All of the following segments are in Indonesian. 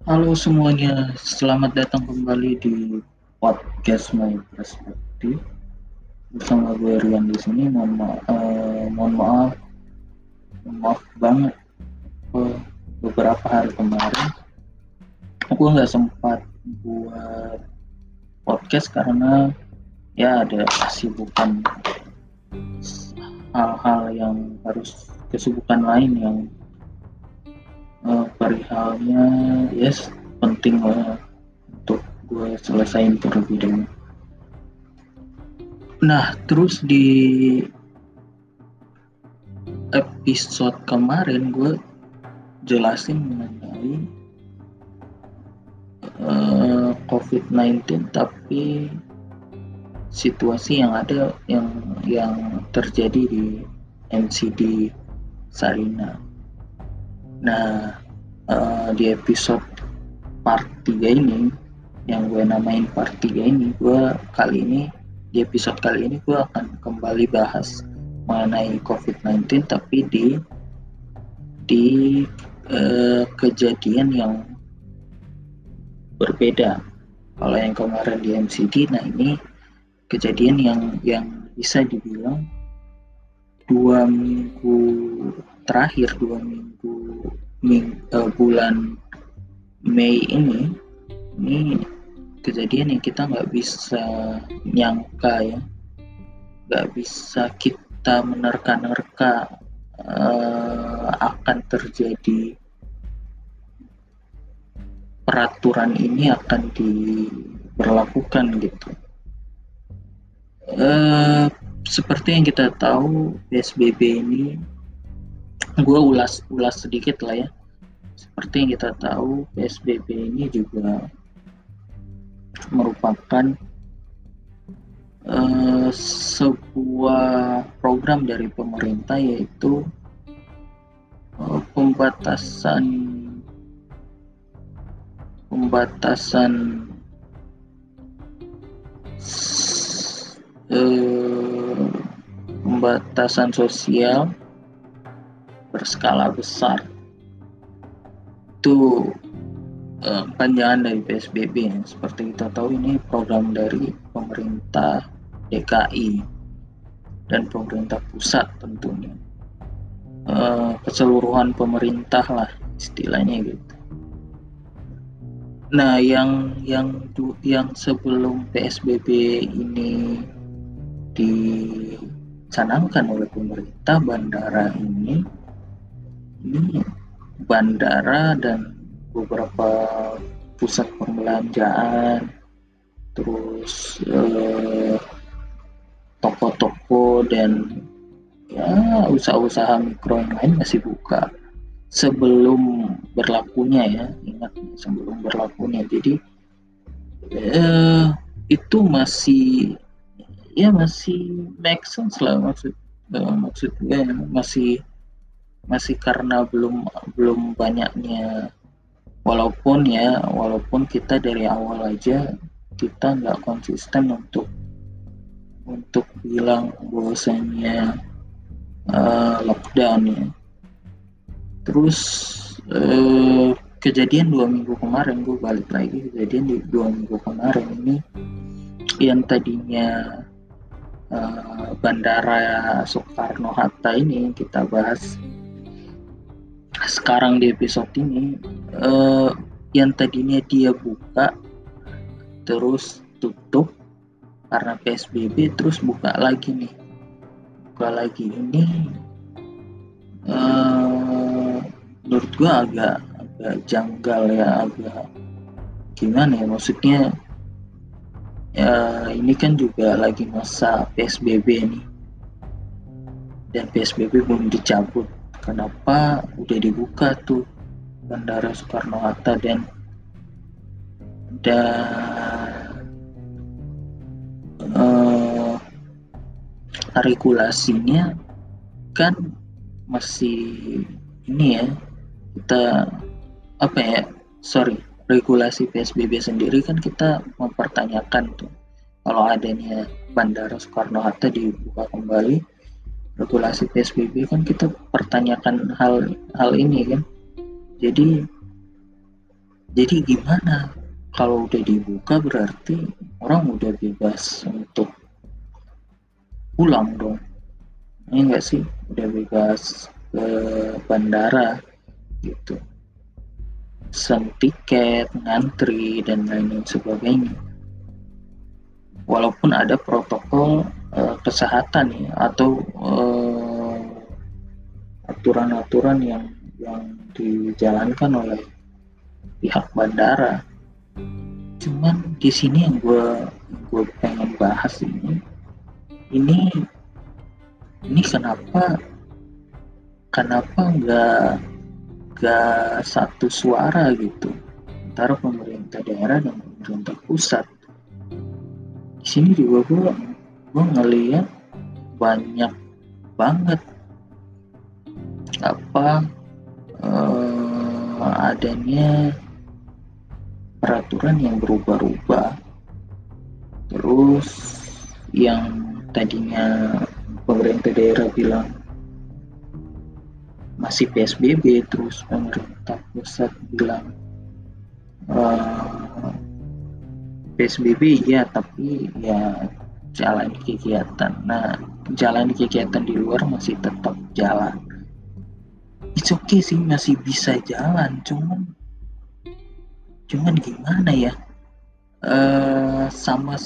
Halo semuanya, selamat datang kembali di podcast My Perspective bersama gue Rian di sini. Mohon maaf banget. eh, Beberapa hari kemarin aku nggak sempat buat podcast karena ya ada kesibukan, hal-hal yang harus kesibukan lain yang perihalnya yes penting lah untuk gue selesain terlebih dahulu. Nah, terus di episode kemarin gue jelasin mengenai COVID-19, tapi situasi yang ada yang terjadi di NCD Sarina. Nah, di episode part 3 ini yang gue namain part 3 ini, di episode kali ini gue akan kembali bahas mengenai COVID-19 tapi di kejadian yang berbeda. Kalau yang kemarin di MCD, nah ini kejadian yang bisa dibilang 2 minggu terakhir, bulan Mei ini kejadian yang kita nggak bisa nyangka ya, nggak bisa kita menerka-nerka akan terjadi, peraturan ini akan diberlakukan gitu. Seperti yang kita tahu, PSBB ini gue ulas sedikit lah ya. Seperti yang kita tahu, PSBB ini juga merupakan sebuah program dari pemerintah, yaitu pembatasan pembatasan sosial berskala besar. Itu panjangan dari PSBB. Seperti kita tahu, ini program dari pemerintah DKI dan pemerintah pusat tentunya. Keseluruhan pemerintah lah istilahnya gitu. Nah, yang sebelum PSBB ini dicanangkan oleh pemerintah, bandara dan beberapa pusat perbelanjaan, terus toko-toko dan ya usaha-usaha mikro yang lain masih buka sebelum berlakunya ya, ingat, sebelum berlakunya. Jadi itu masih make sense lah, maksud gue ya, masih karena belum banyaknya, walaupun kita dari awal aja kita nggak konsisten untuk bilang bahwasanya lockdown ya. Terus kejadian 2 minggu kemarin, gue balik lagi kejadian di 2 minggu kemarin ini, yang tadinya Bandara Soekarno-Hatta ini kita bahas sekarang di episode ini, yang tadinya dia buka terus tutup karena PSBB, terus buka lagi ini, menurut gue agak janggal ya, agak gimana ya, maksudnya ya ini kan juga lagi masa PSBB nih, dan PSBB belum dicabut, kenapa udah dibuka tuh Bandara Soekarno-Hatta, dan regulasinya kan masih ini ya, kita regulasi PSBB sendiri kan kita mempertanyakan tuh, kalau adanya Bandara Soekarno-Hatta dibuka kembali, regulasi PSBB kan kita pertanyakan hal ini kan. Jadi Jadi gimana kalau udah dibuka berarti orang udah bebas untuk pulang dong, ini enggak sih, udah bebas ke bandara gitu, pesen tiket, ngantri dan lain sebagainya, walaupun ada protokol kesehatan ya, atau aturan-aturan yang dijalankan oleh pihak bandara. Cuman di sini yang gue pengen bahas ini kenapa nggak satu suara gitu antara pemerintah daerah dan pemerintah pusat. Di sini juga gue ngeliat banyak banget adanya peraturan yang berubah-ubah, terus yang tadinya pemerintah daerah bilang masih PSBB, terus pemerintah pusat bilang PSBB ya, tapi ya jalan kegiatan. Nah, jalan kegiatan di luar masih tetap jalan. It's okay sih, masih bisa jalan, cuman gimana ya? Sama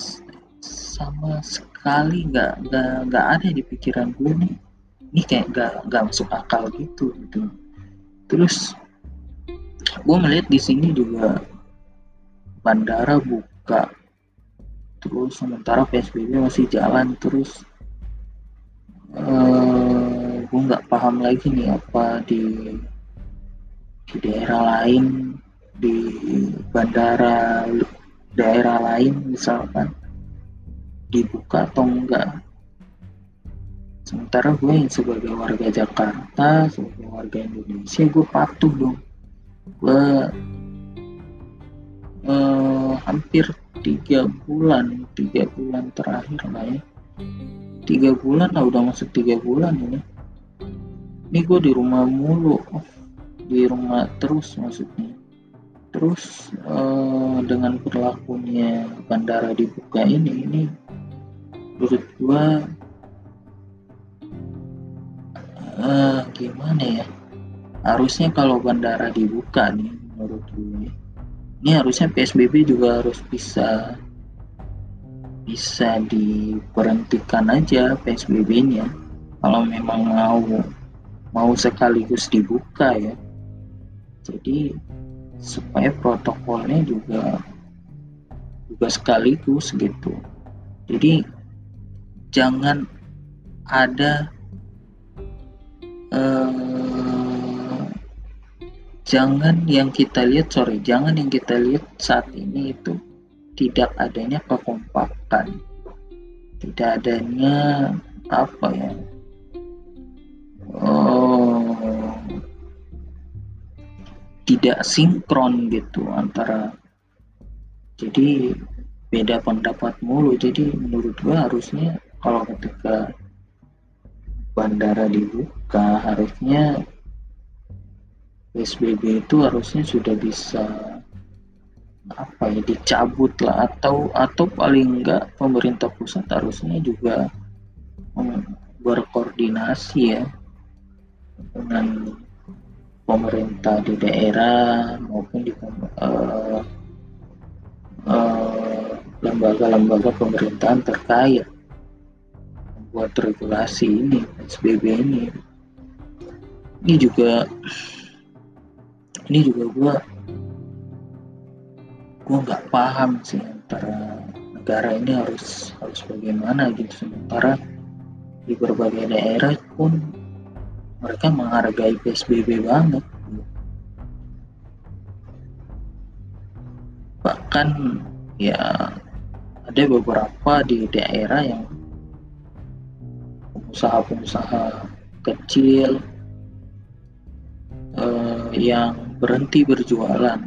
sekali nggak ada di pikiran gue nih. Ini kayak nggak masuk akal gitu. Terus gue melihat di sini juga bandara buka, terus sementara PSBB masih jalan terus. Gue nggak paham lagi nih apa di daerah lain, di bandara daerah lain misalkan dibuka atau enggak. Sementara gue yang sebagai warga Jakarta, sebagai warga Indonesia, gue patuh dong. Gue hampir 3 bulan terakhir lah ya. 3 bulan lah, udah masuk 3 bulan ini. Ini gue di rumah mulu, di rumah terus maksudnya. Terus dengan berlakunya bandara dibuka ini menurut gue gimana ya, harusnya kalau bandara dibuka nih menurut gue ini harusnya PSBB juga harus bisa diberhentikan aja PSBB-nya kalau memang mau sekaligus dibuka ya, jadi supaya protokolnya juga sekaligus gitu. Jadi jangan ada jangan yang kita lihat saat ini itu tidak adanya kekompakan, tidak adanya apa ya, tidak sinkron gitu antara, jadi beda pendapat mulu. Jadi menurut gua harusnya kalau ketika bandara dibuka harusnya PSBB itu harusnya sudah bisa apa ya, dicabut lah, atau paling enggak pemerintah pusat harusnya juga berkoordinasi ya dengan pemerintah di daerah maupun di lembaga-lembaga pemerintahan terkait buat regulasi ini PSBB ini. Ini juga gue nggak paham sih antara negara ini harus bagaimana gitu, sementara di berbagai daerah pun mereka menghargai PSBB banget. Bahkan ya ada beberapa di daerah yang pengusaha kecil yang berhenti berjualan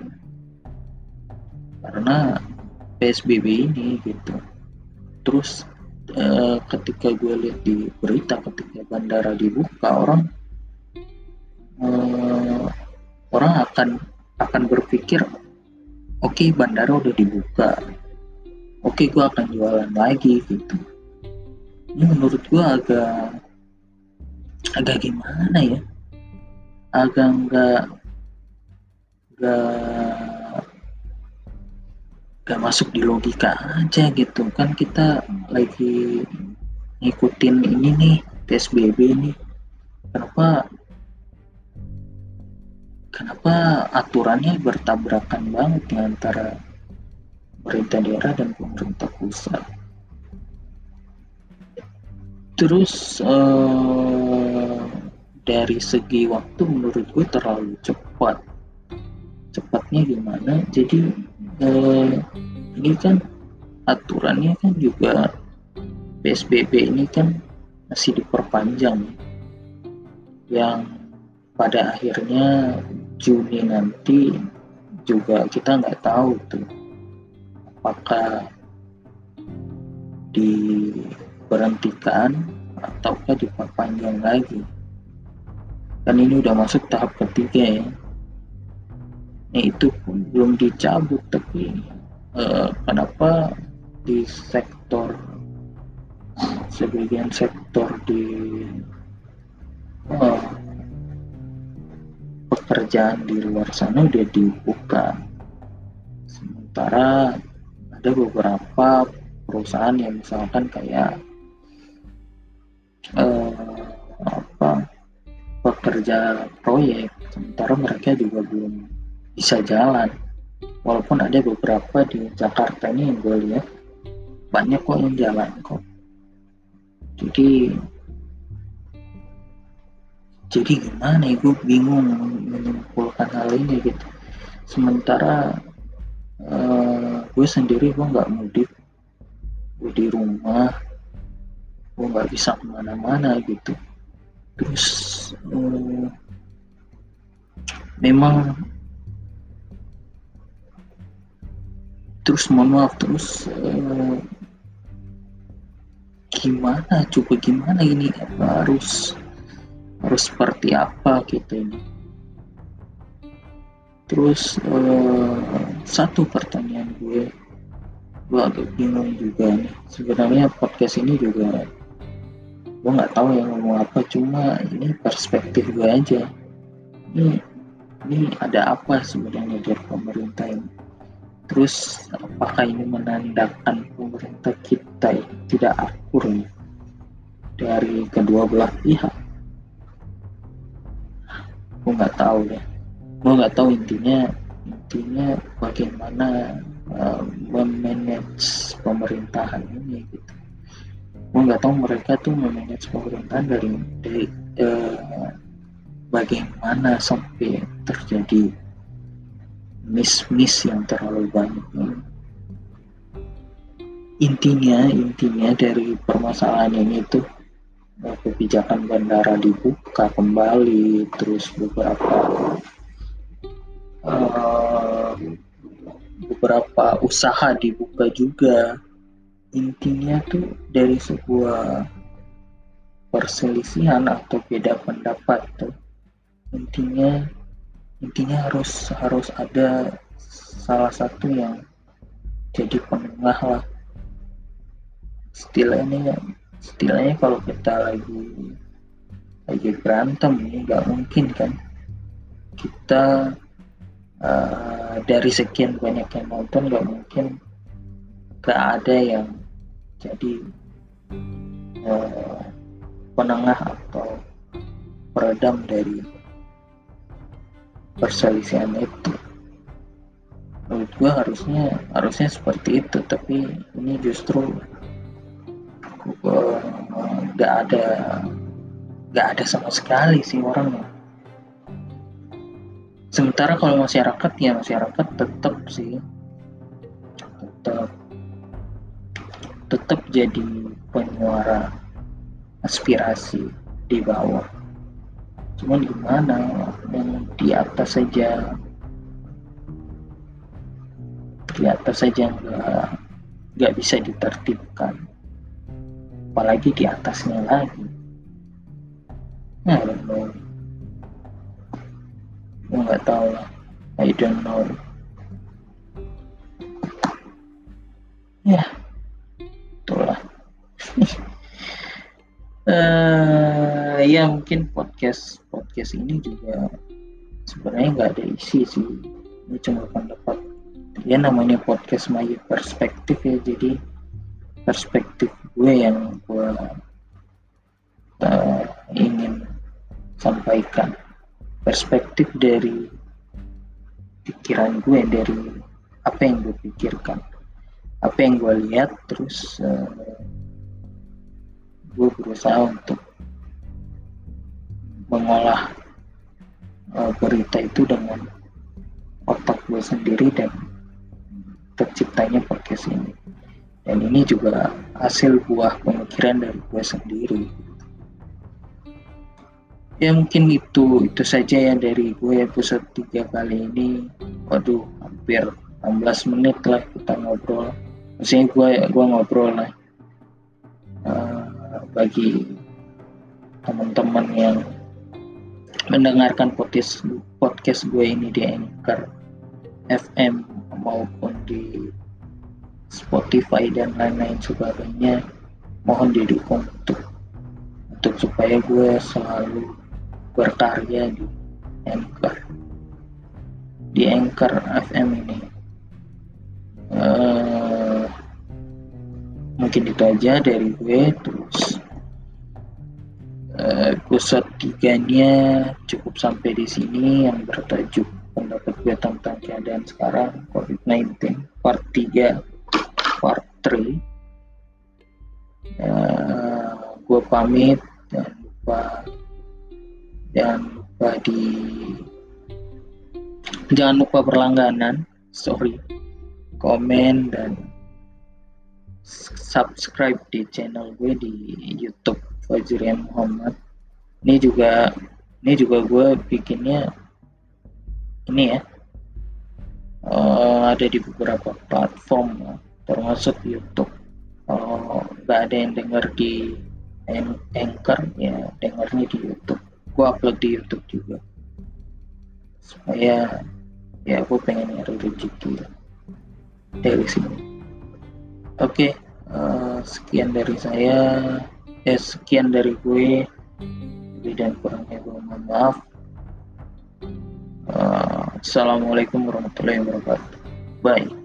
karena PSBB ini gitu. Terus ketika gue lihat di berita ketika bandara dibuka, orang akan berpikir oke, bandara udah dibuka, oke gue akan jualan lagi gitu. Ini menurut gue agak gimana ya, agak nggak masuk di logika aja gitu kan. Kita lagi ngikutin ini nih, PSBB nih, kenapa kenapa aturannya bertabrakan banget nih antara pemerintah daerah dan pemerintah pusat. Terus dari segi waktu menurut gue terlalu cepat. Cepatnya gimana? Jadi ini kan aturannya kan juga, PSBB ini kan masih diperpanjang, yang pada akhirnya Juni nanti juga kita nggak tahu tuh apakah diberhentikan ataukah diperpanjang lagi. Kan ini udah masuk tahap ketiga ya. Itu pun belum dicabut, tapi kenapa di sebagian sektor di pekerjaan di luar sana udah dibuka, sementara ada beberapa perusahaan yang misalkan kayak pekerja proyek, sementara mereka juga belum bisa jalan. Walaupun ada beberapa di Jakarta ini yang gue lihat banyak kok yang jalan kok. Jadi gimana ya, gue bingung menyimpulkan hal ini gitu. Sementara gue sendiri, gue nggak mudik, gue di rumah, gue nggak bisa kemana-mana gitu. Terus memang mohon maaf, gimana ini, harus seperti apa gitu ini. Terus satu pertanyaan gue agak bingung juga nih. Sebenarnya podcast ini juga gue nggak tahu yang ngomong apa, cuma ini perspektif gue aja. Ini ada apa sebenarnya dari pemerintah ini? Terus apakah ini menandakan pemerintah kita tidak akur nih dari kedua belah pihak? Gue nggak tahu ya. Gue nggak tahu intinya bagaimana memanage pemerintahan ini gitu. Gue nggak tahu mereka tuh memanage pemerintahan dari bagaimana sampai terjadi miss yang terlalu banyak. Intinya dari permasalahan ini tuh kebijakan bandara dibuka kembali, terus beberapa usaha dibuka juga. Intinya tuh dari sebuah perselisihan atau beda pendapat tuh, intinya harus ada salah satu yang jadi penengah lah. Istilahnya kalau kita lagi berantem ini, nggak mungkin kan kita dari sekian banyak yang nonton, nggak mungkin gak ada yang jadi penengah atau peredam dari perselisihan itu. Menurut gue harusnya seperti itu, tapi ini justru gak ada sama sekali sih orangnya. Sementara kalau masyarakat tetap jadi penyuara aspirasi di bawah. Cuman gimana yang di atas saja nggak bisa ditertibkan, apalagi di atasnya lagi. Gue nggak tahu lah, I don't know. ya mungkin podcast ini juga sebenarnya nggak ada isi sih, ini cuma pendapat ya, namanya podcast my perspektif ya, jadi perspektif gue yang gue ingin sampaikan, perspektif dari pikiran gue, dari apa yang gue pikirkan, apa yang gue lihat, terus gue berusaha untuk mengolah berita itu dengan otak gue sendiri dan terciptanya podcast ini. Dan ini juga hasil buah pemikiran dari gue sendiri. Ya mungkin itu saja ya dari gue episode 3 kali ini. Waduh, hampir 16 menit lah kita ngobrol. Maksudnya gue ngobrol lah. Bagi teman-teman yang mendengarkan podcast gue ini di Anchor FM maupun di Spotify dan lain-lain sebagainya, mohon didukung untuk supaya gue selalu berkarya di Anchor FM ini. Mungkin itu aja dari gue. Terus episode 3-nya cukup sampai di sini, yang bertajuk pendapat gue tentang keadaan sekarang COVID-19 part 3 part 3. Gue pamit, jangan lupa berlangganan, komen dan subscribe di channel gue di YouTube Fajrian Muhammad. Ini juga gue bikinnya ini ya, ada di beberapa platform termasuk YouTube. Kalau nggak ada yang denger di Anchor ya dengarnya di YouTube. Gue upload di YouTube juga supaya ya gue pengen nyari rezeki dari sini. Oke, sekian dari saya, sekian dari gue. Lebih dan kurangnya gue mohon maaf. Assalamualaikum warahmatullahi wabarakatuh. Bye.